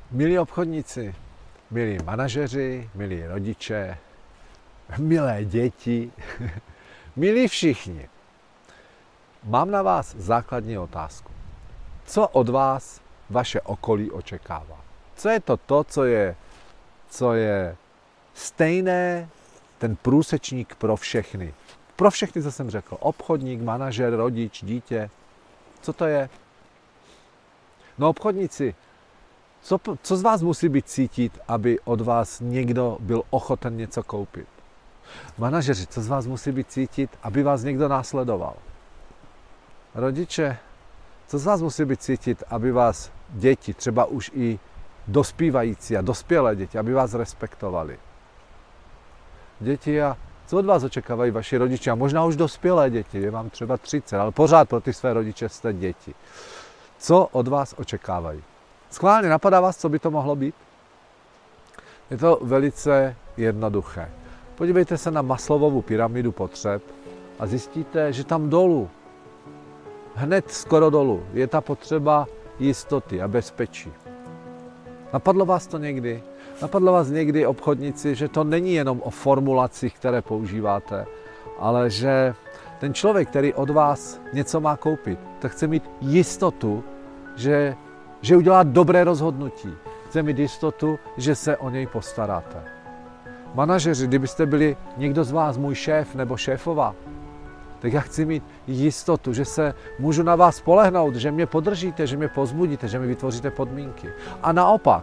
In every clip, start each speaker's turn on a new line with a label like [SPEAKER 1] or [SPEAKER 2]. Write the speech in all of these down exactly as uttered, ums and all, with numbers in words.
[SPEAKER 1] Milí obchodníci, milí manažeři, milí rodiče, milé děti, milí všichni, mám na vás základní otázku. Co od vás vaše okolí očekává? Co je to to, co je, co je stejné, ten průsečník pro všechny? Pro všechny, co jsem řekl. Obchodník, manažer, rodič, dítě. Co to je? No obchodníci, co, co z vás musí být cítit, aby od vás někdo byl ochoten něco koupit? Manažeři, co z vás musí být cítit, aby vás někdo následoval? Rodiče, co z vás musí být cítit, aby vás děti, třeba už i dospívající a dospělé děti, aby vás respektovali? Děti, a co od vás očekávají vaši rodiče? A možná už dospělé děti, je vám třeba třicet, ale pořád pro ty své rodiče jste děti. Co od vás očekávají? Schválně, napadá vás, co by to mohlo být? Je to velice jednoduché. Podívejte se na Maslowovu pyramidu potřeb a zjistíte, že tam dolů, hned skoro dolů, je ta potřeba jistoty a bezpečí. Napadlo vás to někdy? Napadlo vás někdy, obchodníci, že to není jenom o formulacích, které používáte, ale že ten člověk, který od vás něco má koupit, tak chce mít jistotu, že, že udělá dobré rozhodnutí. Chce mít jistotu, že se o něj postaráte. Manažeři, kdybyste byli někdo z vás, můj šéf nebo šéfova, tak já chci mít jistotu, že se můžu na vás spolehnout, že mě podržíte, že mě pozbudíte, že mi vytvoříte podmínky. A naopak,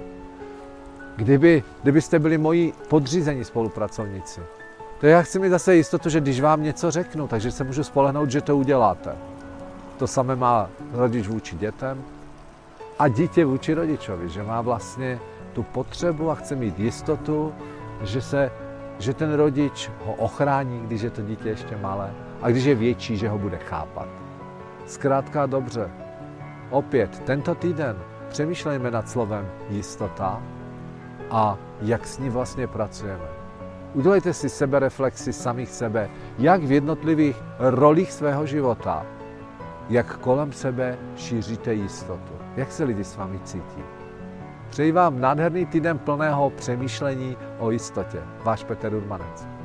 [SPEAKER 1] kdyby, kdybyste byli moji podřízení spolupracovníci, to já chci mít zase jistotu, že když vám něco řeknu, takže se můžu spolehnout, že to uděláte. To samé má rodič vůči dětem a dítě vůči rodičovi, že má vlastně tu potřebu a chce mít jistotu, že, se, že ten rodič ho ochrání, když je to dítě ještě malé a když je větší, že ho bude chápat. Zkrátka dobře. Opět tento týden přemýšlejme nad slovem jistota a jak s ní vlastně pracujeme. Udělejte si sebereflexi samých sebe, jak v jednotlivých rolích svého života, jak kolem sebe šíříte jistotu. Jak se lidi s vámi cítí. Přeji vám nádherný týden plného přemýšlení o jistotě. Váš Petr Urbanec.